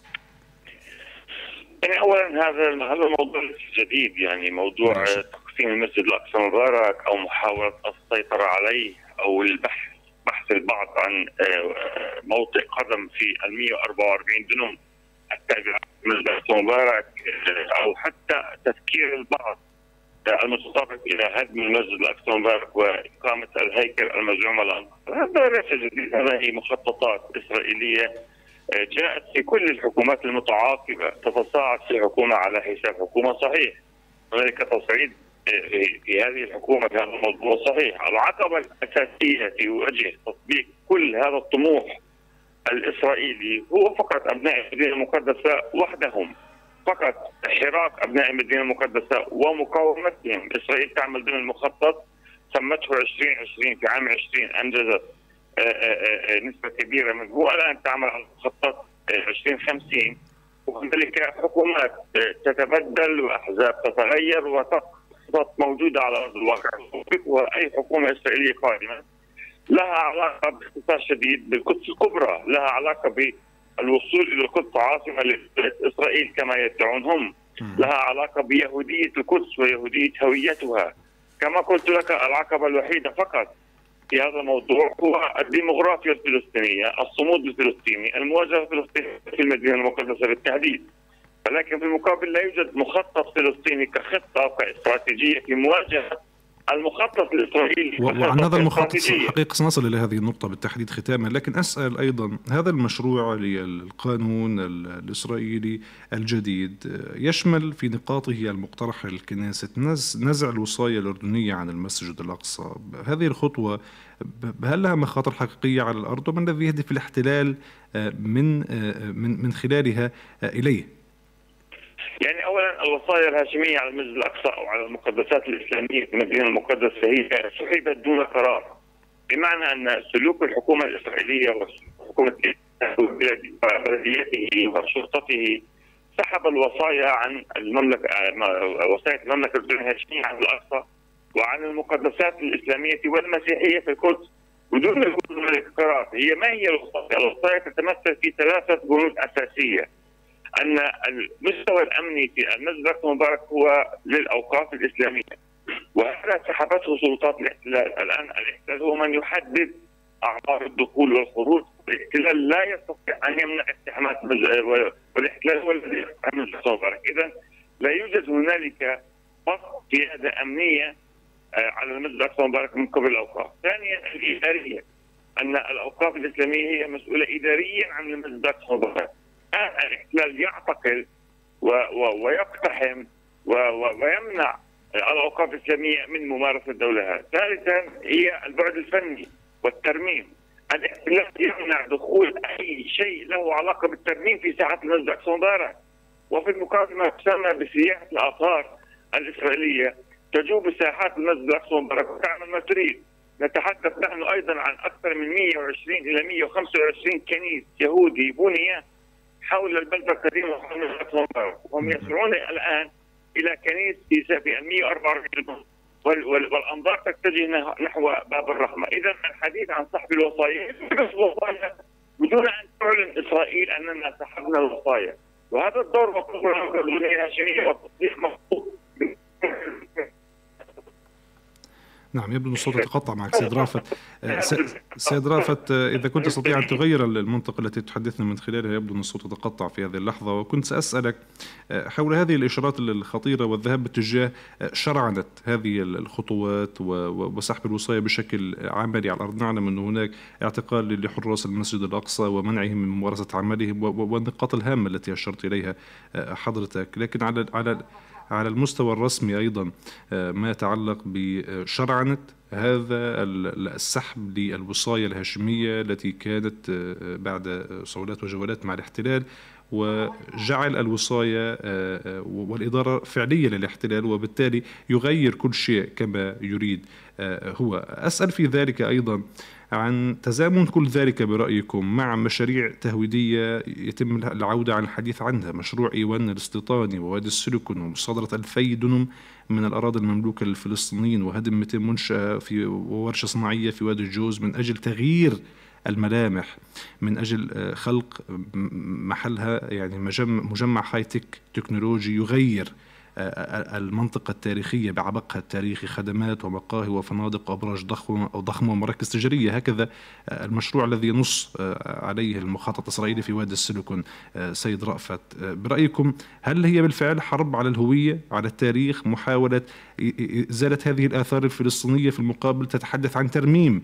يعني أولا هذا هذا الموضوع جديد، يعني موضوع تقسيم المسجد الأقصى المبارك أو محاولة السيطرة عليه أو البحث بحث البعض عن موطئ قدم في المئة وأربعة وأربعين دنم التابعة للمسجد الأقصى المبارك، أو حتى تفكير البعض المتطرف إلى هدم المسجد الأقصى المبارك وإقامة الهيكل المزعوم على هذا ليس جديد. هذه مخططات إسرائيلية جاءت في كل الحكومات المتعاقبة، تتصاعد في حكومة على حساب حكومة، صحيح هناك تصعيد في هذه الحكومة في هذا الموضوع صحيح. العقبة الأساسية في وجه تطبيق كل هذا الطموح الإسرائيلي هو فقط أبناء المدينة المقدسة وحدهم، فقط حراك أبناء المدينة المقدسة ومقاومتهم. إسرائيل تعمل ضمن مخطط سمته عشرين عشرين، في عام عشرين أنجزت نسبة كبيرة منه، والآن تعمل على مخطط عشرين خمسين، وهنالك حكومات تتبدل وأحزاب تتغير وتخطط موجودة على أرض الواقع، وأي حكومة إسرائيلية قادمة لها علاقة باختصار شديد بالقدس الكبرى، لها علاقة بالوصول إلى القدس عاصمة لإسرائيل كما يدعون هم، لها علاقة بيهودية القدس ويهودية هويتها. كما قلت لك، العقبة الوحيدة فقط في هذا الموضوع هو الديمغرافيا الفلسطينية، الصمود الفلسطيني، المواجهة الفلسطينية في المدينة المقدسة بالتحديد. ولكن في المقابل لا يوجد مخطط فلسطيني كخطة كاستراتيجية في مواجهة المخطط الإسرائيلي. وعن هذا المخطط حقيقة سنصل إلى هذه النقطة بالتحديد ختاما، لكن أسأل أيضا، هذا المشروع للقانون الإسرائيلي الجديد يشمل في نقاطه المقترحة للكنيسة نزع الوصاية الأردنية عن المسجد الأقصى. هذه الخطوة هل لها مخاطر حقيقية على الأرض، وما الذي يهدف الاحتلال من من من خلالها إليه؟ يعني اولا الوصايا الهاشميه على المسجد الاقصى او على المقدسات الاسلاميه في المدينه المقدسه هي سحبت دون قرار، بمعنى ان سلوك الحكومه الاسرائيليه وحكومه بلديته وشرطته سحب الوصايا عن المملكه، وصايا المملكه الهاشميه عن الاقصى وعن المقدسات الاسلاميه والمسيحيه في القدس بدون هنالك قرار. هي ما هي الوصايا؟ الوصايا تتمثل في ثلاثه بنود اساسيه: أن المستوى الأمني في المسجد الأقصى المبارك هو للأوقاف الإسلامية، وهذا سحبته سلطات الاحتلال. الآن الاحتلال هو من يحدد أعمار الدخول والخروج، الاحتلال لا يستطيع أن يمنع اقتحامات، والاحتلال هو الذي يقتحم المسجد الأقصى المبارك. إذن لا يوجد هنالك فصل قيادة أمنية على المسجد الأقصى المبارك من قبل الأوقاف. ثانيا الإدارية، أن الأوقاف الإسلامية هي مسؤولة إداريا عن المسجد الأقصى المبارك. الاحتلال يعتقل و و ويقتحم و و ويمنع الاوقاف الاسلاميه من ممارسه دورها. ثالثا هي البعد الفني والترميم. الاحتلال يمنع دخول اي شيء له علاقه بالترميم في ساحه المسجد الاقصى المبارك، وفي المقابل ما يسمى بسياحه الاثار الاسرائيليه تجوب ساحات المسجد الاقصى المبارك وتعمل ما تريد. نتحدث نحن ايضا عن اكثر من مئة وعشرين الى مئة وخمسة وعشرين كنيس يهودي بني حول البلدة القديمة وحول الأقصى المبارك، وهم يسعون الآن إلى كنيس في مئة وأربعة وأربعين والأنظار تتجه نحو باب الرحمة. إذا الحديث عن سحب الوصايا الوصايا بدون أن تعلن إسرائيل أننا سحبنا الوصايا، وهذا الدور مطلوب من الأردنية الهاشمية والتصديق مطلوب. نعم، يبدو أن الصوت يتقطع معك سيد رافت. سيد رافت، إذا كنت تستطيع أن تغير المنطقة التي تحدثنا من خلالها، يبدو أن الصوت يتقطع في هذه اللحظة. وكنت سأسألك حول هذه الإشارات الخطيرة والذهاب باتجاه شرعنة هذه الخطوات وسحب الوصايا بشكل عملي على الأرض. نعلم أن هناك اعتقال لحراس المسجد الأقصى ومنعهم من ممارسة عملهم والنقاط الهامة التي أشرت إليها حضرتك، لكن على على على المستوى الرسمي أيضا ما يتعلق بشرعنة هذا السحب للوصايا الهاشمية التي كانت بعد صولات وجولات مع الاحتلال، وجعل الوصايا والإدارة فعلية للاحتلال، وبالتالي يغير كل شيء كما يريد هو. أسأل في ذلك أيضا عن تزامن كل ذلك برأيكم مع مشاريع تهويدية يتم العودة عن الحديث عنها، مشروع إيوان الاستيطاني ووادي السيليكون ومصادرة ألفي دنم من الأراضي المملوكة للفلسطينيين، وهدم مئتين منشأة في وورشة صناعية في وادي الجوز من أجل تغيير الملامح، من أجل خلق محلها يعني مجمع هاي تك تكنولوجي يغير المنطقة التاريخية بعبقها التاريخي، خدمات ومقاهي وفنادق وأبراج ضخمة ضخمة ومراكز تجارية. هكذا المشروع الذي نص عليه المخطط الإسرائيلي في وادي السيليكون. سيد رأفت، برأيكم هل هي بالفعل حرب على الهوية، على التاريخ، محاولة إزالة هذه الآثار الفلسطينية، في المقابل تتحدث عن ترميم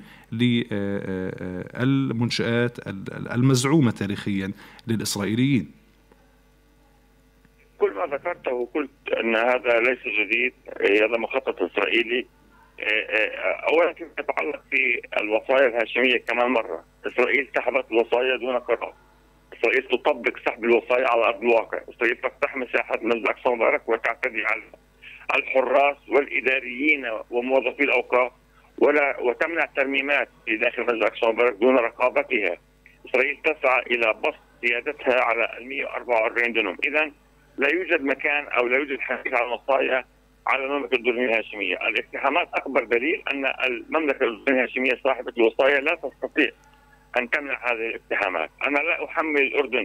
للمنشآت المزعومة تاريخيا للإسرائيليين؟ كل ما ذكرته قلت أن هذا ليس جديد، هذا مخطط إسرائيلي. أولا فيما يتعلق في الوصايا الهاشمية كمان مرة، إسرائيل سحبت الوصايا دون قرار. إسرائيل تطبق سحب الوصايا على أرض الواقع. إسرائيل تقتحم مساحات مسجد الأقصى المبارك وتعتدي على الحراس والإداريين وموظفي الأوقاف ولا وتمنع ترميمات في داخل مسجد الأقصى المبارك دون رقابتها. إسرائيل تسعى إلى بسط سيادتها على مئة وأربعة وأربعين دنم. إذا لا يوجد مكان أو لا يوجد حديث عن الوصايا على المملكة الأردنية الهاشمية. الاقتحامات أكبر دليل أن المملكة الأردنية الهاشمية صاحبة الوصايا لا تستطيع أن تمنع هذه الاقتحامات. أنا لا أحمل الأردن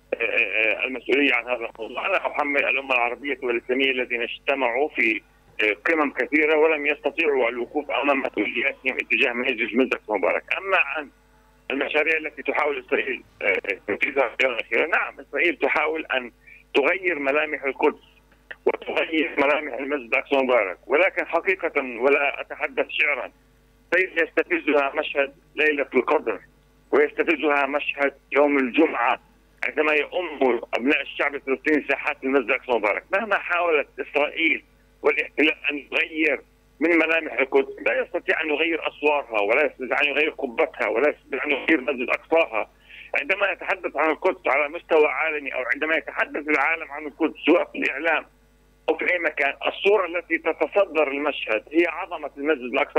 المسؤولية عن هذا الموضوع، أنا أحمل الأمة العربية والإسلامية الذين اجتمعوا في قمم كثيرة ولم يستطيعوا الوقوف أمام مسؤولياتهم اتجاه مسجد المسجد المبارك. أما عن المشاريع التي تحاول إسرائيل تنفيذها في الأيام الأخيرة، نعم إسرائيل تحاول أن تغير ملامح القدس وتغير ملامح المسجد الأقصى المبارك، ولكن حقيقة ولا أتحدث شعرا سيستفزها مشهد ليلة القدر ويستفزها مشهد يوم الجمعة عندما يؤم أبناء الشعب الفلسطيني ساحات المسجد الأقصى المبارك. مهما حاولت إسرائيل والاحتلال أن يغير من ملامح القدس لا يستطيع أن يغير أسوارها ولا يستطيع أن يغير قبتها ولا يستطيع أن يغير مسجد أقصاها. عندما يتحدث عن القدس على مستوى عالمي أو عندما يتحدث العالم عن القدس سواء في الإعلام أو في أي مكان، الصورة التي تتصدر المشهد هي عظمة المسجد الأقصى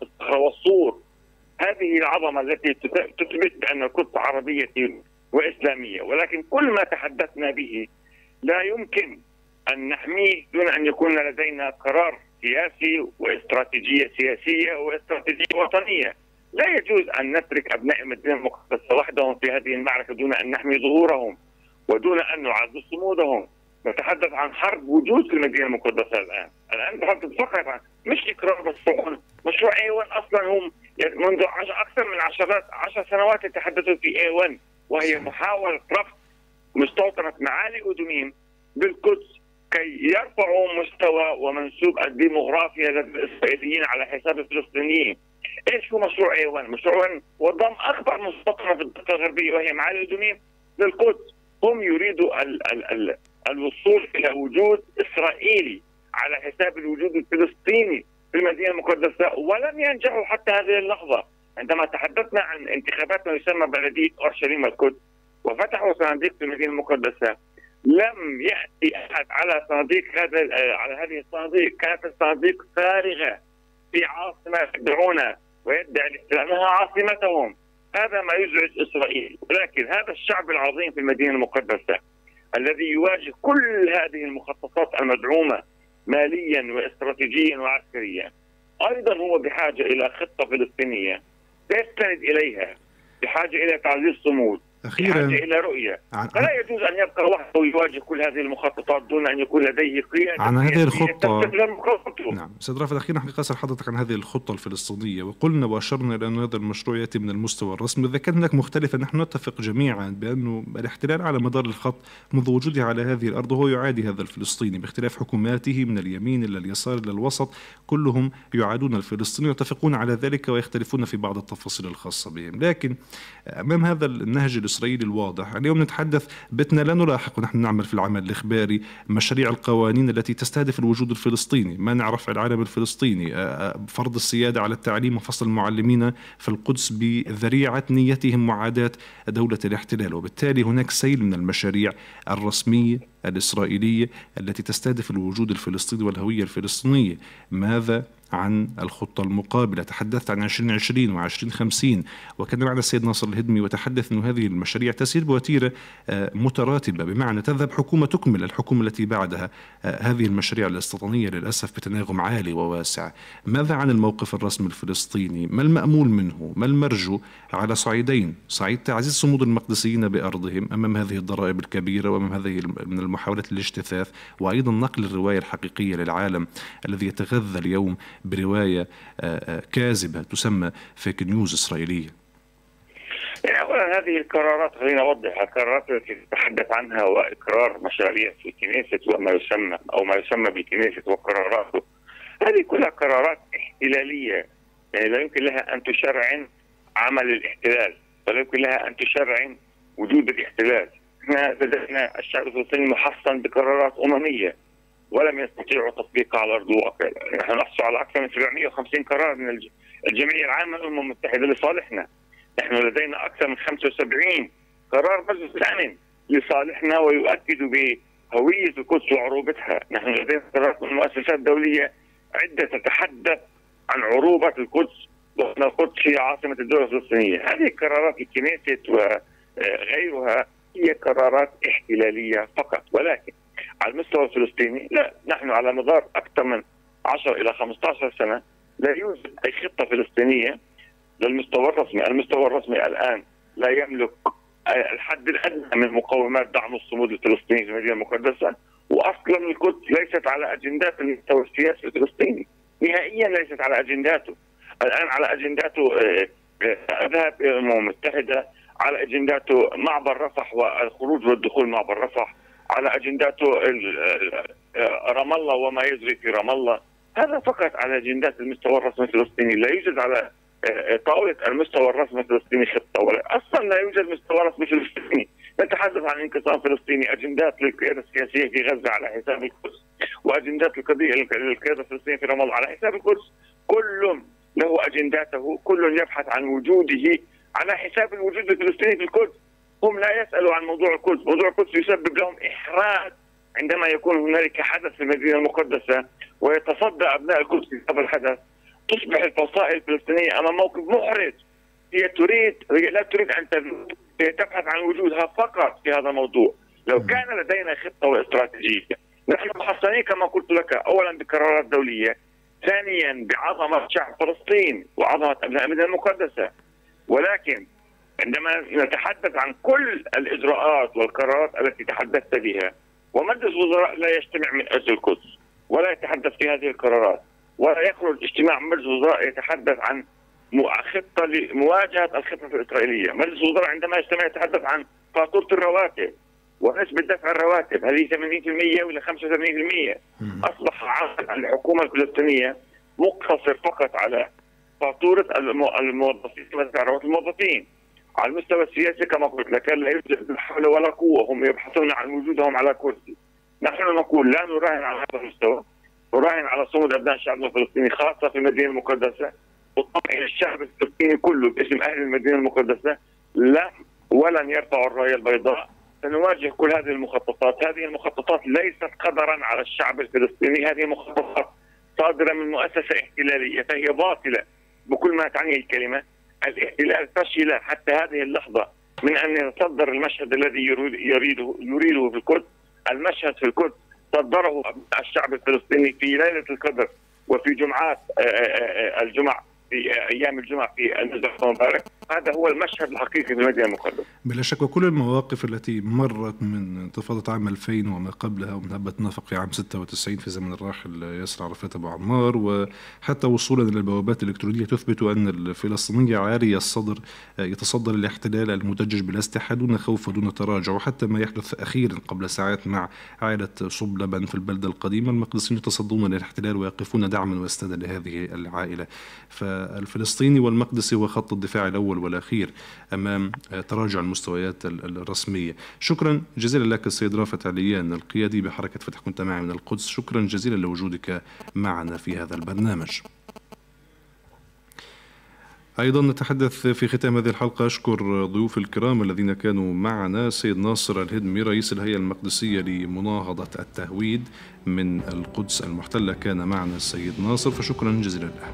والصور. هذه العظمة التي تثبت بأن القدس عربية وإسلامية، ولكن كل ما تحدثنا به لا يمكن أن نحميه دون أن يكون لدينا قرار سياسي واستراتيجية سياسية واستراتيجية وطنية. لا يجوز أن نترك أبناء المدينة المقدسة وحدهم في هذه المعركة دون أن نحمي ظهورهم ودون أن نعزز صمودهم. نتحدث عن حرب وجود في المدينة المقدسة الآن. الآن نتحدث فقط عن مش إقرار بالصهيونية. مشروع إيه ون أصلا هم منذ أكثر من عشرات عشر سنوات يتحدثوا في إيه ون، وهي محاولة رفع مستوطنة معالي أودميم بالقدس كي يرفعوا مستوى ومنسوب الديموغرافيا لدى الإسرائيليين على حساب الفلسطينيين. ايش هو مشروع اي واحد؟ مشروع وضم اكبر مستوطنه في الضفه الغربيه وهي معالي أودميم للقدس. هم يريدوا ال ال ال الوصول الى وجود اسرائيلي على حساب الوجود الفلسطيني في المدينه المقدسه، ولم ينجحوا حتى هذه اللحظه. عندما تحدثنا عن انتخابات ما يسمى بلديه اورشليم القدس وفتحوا صناديق في المدينه المقدسه، لم ياتي احد على صناديق هذا على هذه الصناديق، كانت الصناديق فارغه في عاصمه يدعونها ويدعي الاحتلال انها عاصمتهم. هذا ما يزعج اسرائيل، ولكن هذا الشعب العظيم في المدينه المقدسه الذي يواجه كل هذه المخططات المدعومه ماليا واستراتيجيا وعسكريا ايضا هو بحاجه الى خطه فلسطينيه يستند اليها، بحاجه الى تعزيز صمود، بحاجه الى رؤيه. فلا يجوز ان يبقى وحده ويواجه كل هذه المخططات دون ان يكون لديه قياده عن هذه الخطه. نعم سيد رافد، اخيرا حقيقه اسال حضرتك عن هذه الخطه الفلسطينيه، وقلنا واشرنا الى ان هذا المشروع ياتي من المستوى الرسمي. اذا كان هناك مختلفه نحن نتفق جميعا بانه الاحتلال على مدار الخط منذ وجوده على هذه الارض وهو يعادي هذا الفلسطيني باختلاف حكوماته من اليمين الى اليسار الى الوسط، كلهم يعادون الفلسطيني ويتفقون على ذلك ويختلفون في بعض التفاصيل الخاصه بهم. لكن امام هذا النهج الاسرائيلي الواضح اليوم نتحدث بتنا لا نلاحق ونحن نعمل في العمل الاخباري مشاريع القوانين التي تستهدف الوجود الفلسطيني، منع رفع العلم الفلسطيني، فرض السياده على التعليم وفصل المعلمين في القدس بذريعه نيتهم معاداه دوله الاحتلال. وبالتالي هناك سيل من المشاريع الرسميه الإسرائيلية التي تستهدف الوجود الفلسطيني والهوية الفلسطينية. ماذا عن الخطة المقابلة؟ تحدثت عن عشرين عشرين وعشرين خمسين، وكان معنا السيد ناصر الهدمي وتحدث أن هذه المشاريع تسير بوتيرة متراتبة، بمعنى تذهب حكومة تكمل الحكومة التي بعدها. هذه المشاريع الاستيطانية للأسف بتناغم عالي وواسع. ماذا عن الموقف الرسمي الفلسطيني؟ ما المأمول منه؟ ما المرجو على صعيدين؟ صعيد تعزيز صمود المقدسيين بأرضهم أمام هذه الضرائب الكبيرة وأمام هذه من المحاولات الاجتثاث، وأيضا نقل الرواية الحقيقية للعالم الذي يتغذى اليوم برواية كاذبة تسمى فيك نيوز إسرائيلية. يعني أولا هذه القرارات خلينا أوضح، القرارات التي تتحدث عنها وإقرار مشاريع في كنيسة وما يسمى أو ما يسمى بكنيسة وقراراته، هذه كلها قرارات احتلالية، يعني لا يمكن لها أن تشرعن عمل الاحتلال ولا يمكن لها أن تشرعن وجود الاحتلال. احنا لدينا الشعب الفلسطيني محصن بقرارات أممية ولم يستطيعوا تطبيقها على أرض الواقع. نحن نحصل على أكثر من سبعمئة وخمسين قرار من الجمعية العامة للأمم المتحدة لصالحنا، نحن لدينا أكثر من خمسة وسبعين قرار مجلس الأمن لصالحنا ويؤكد بهوية القدس وعروبتها. نحن لدينا قرارات من المؤسسات الدولية عدة تتحدث عن عروبة القدس وأن القدس هي عاصمة الدولة الفلسطينية. هذه قرارات الكنيست وغيرها هي قرارات احتلالية فقط، ولكن على المستوى الفلسطيني لا، نحن على مدار أكثر من عشرة إلى خمسة عشر سنة لا يوجد أي خطة فلسطينية للمستوى الرسمي. المستوى الرسمي الآن لا يملك الحد الأدنى من مقومات دعم الصمود الفلسطيني في المدينة المقدسة، وأصلا القدس ليست على أجندات المستوى السياسي الفلسطيني نهائيا، ليست على أجنداته. الآن على أجنداته الذهاب إلى الأمم المتحدة، على أجنداته معبر رفح والخروج والدخول معبر رفح، على أجنداته رام الله وما يجري في رام الله. هذا فقط على أجندات المستوى الرسمي الفلسطيني. لا يوجد على طاولة المستوى الرسمي الفلسطيني خطة، ولا أصلا لا يوجد مستوى رسمي فلسطيني. نتحدث عن انقسام فلسطيني، أجندات للقيادة السياسية في غزة على حساب القدس، وأجندات القضية للقيادة الفلسطينية في رام الله على حساب القدس. كل له أجنداته، كل يبحث عن وجوده على حساب الوجود الفلسطيني في القدس. هم لا يسألوا عن موضوع القدس. موضوع القدس يسبب لهم إحراج عندما يكون هنالك حدث في المدينة المقدسة ويتصدى أبناء القدس لهذا الحدث. تصبح الفصائل الفلسطينية أمام موقف محرج. هي تريد هي لا تريد أن تذوب، هي تبحث عن وجودها فقط في هذا الموضوع. لو كان لدينا خطة واستراتيجية، نحن محصنين كما قلت لك، أولا بقرارات دولية، ثانيا بعظمة شعب فلسطين وعظمة أبناء المدينة المقدسة. ولكن عندما نتحدث عن كل الإجراءات والقرارات التي تحدثت بها، ومجلس الوزراء لا يجتمع من أجل القدس ولا يتحدث في هذه القرارات، ولا يخرج اجتماع مجلس الوزراء يتحدث عن خطة لمواجهة الخطة الإسرائيلية. مجلس الوزراء عندما يجتمع يتحدث عن فاتورة الرواتب ونسبة دفع الرواتب، هذه ثمانين بالمئة ولا خمسة وثمانين بالمئة. أصبح عمل الحكومة الفلسطينية مقتصر فقط على فاتورة الموظفين ودفع رواتب الموظفين. على المستوى السياسي كما قلت لك لا يوجد حول ولا قوة، هم يبحثون عن وجودهم على كرسي. نحن نقول لا نراهن على هذا المستوى، نراهن على صمود أبناء الشعب الفلسطيني خاصة في المدينة المقدسة، وطبعا الشعب الفلسطيني كله باسم أهل المدينة المقدسة لا ولن يرفعوا الراية البيضاء. سنواجه كل هذه المخططات. هذه المخططات ليست قدرا على الشعب الفلسطيني، هذه المخططات صادرة من مؤسسة احتلالية، فهي باطلة بكل ما تعنيه الكلمة. الاحتلال فشل حتى هذه اللحظة من أن يتصدر المشهد الذي يريده يريده في القدس. المشهد في القدس صدره الشعب الفلسطيني في ليلة القدر وفي جمعات الجمعة، في أيام الجمعة في المسجد المبارك. هذا هو المشهد الحقيقي في المدينة المقدسة. بلا شك، وكل المواقف التي مرت من انتفاضة عام ألفين وما قبلها ومن هبة نافق في عام ستة وتسعين في زمن الراحل ياسر عرفات أبو عمار، وحتى وصولا إلى البوابات الإلكترونية تثبت أن الفلسطينية عارية الصدر يتصدى للاحتلال المدجج بلا استحاء دون خوف ودون تراجع. وحتى ما يحدث أخيرا قبل ساعات مع عائلة صب لبن في البلدة القديمة، المقدسيين يتصدون للاحتلال ويقفون دعما واستنادا لهذه العائلة. فالفلسطيني والمقدسي هو خط الدفاع الأول والأخير أمام تراجع المستويات الرسمية. شكرا جزيلا لك السيد رافت عليان القيادي بحركة فتح كنت معي من القدس، شكرا جزيلا لوجودك معنا في هذا البرنامج. أيضا نتحدث في ختام هذه الحلقة، أشكر ضيوف الكرام الذين كانوا معنا. سيد ناصر الهدمي رئيس الهيئة المقدسية لمناهضة التهويد من القدس المحتلة كان معنا السيد ناصر، فشكرا جزيلا له.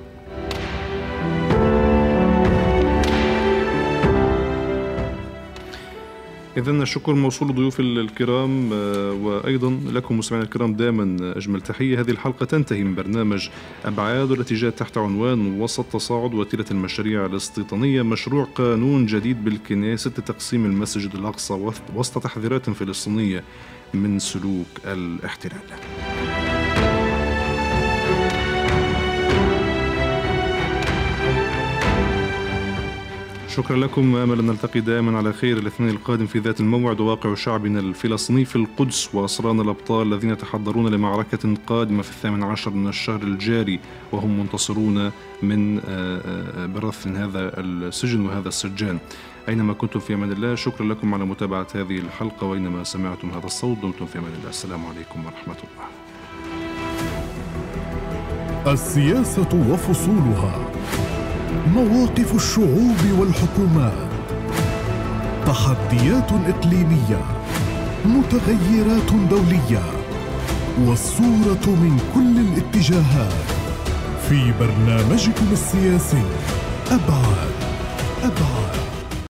إذن الشكر موصول لضيوف الكرام وأيضا لكم مستمعينا الكرام دائما أجمل تحية. هذه الحلقة تنتهي من برنامج أبعاد، والتي جاءت تحت عنوان وسط تصاعد وتيرة المشاريع الاستيطانية مشروع قانون جديد بالكنيسة لتقسيم المسجد الأقصى وسط تحذيرات فلسطينية من سلوك الاحتلال. شكرا لكم، أمل أن نلتقي دائما على خير الاثنين القادم في ذات الموعد. وواقع شعبنا الفلسطيني في القدس وأسرانا الأبطال الذين يتحضرون لمعركة قادمة في الثامن عشر من الشهر الجاري وهم منتصرون من برث هذا السجن وهذا السجان. أينما كنتم في أمان الله، شكرا لكم على متابعة هذه الحلقة، وأينما سمعتم هذا الصوت دمتم في أمان الله. السلام عليكم ورحمة الله. السياسة وفصولها مواقف الشعوب والحكومات، تحديات إقليمية، متغيرات دولية، والصورة من كل الاتجاهات في برنامجكم السياسي أبعاد.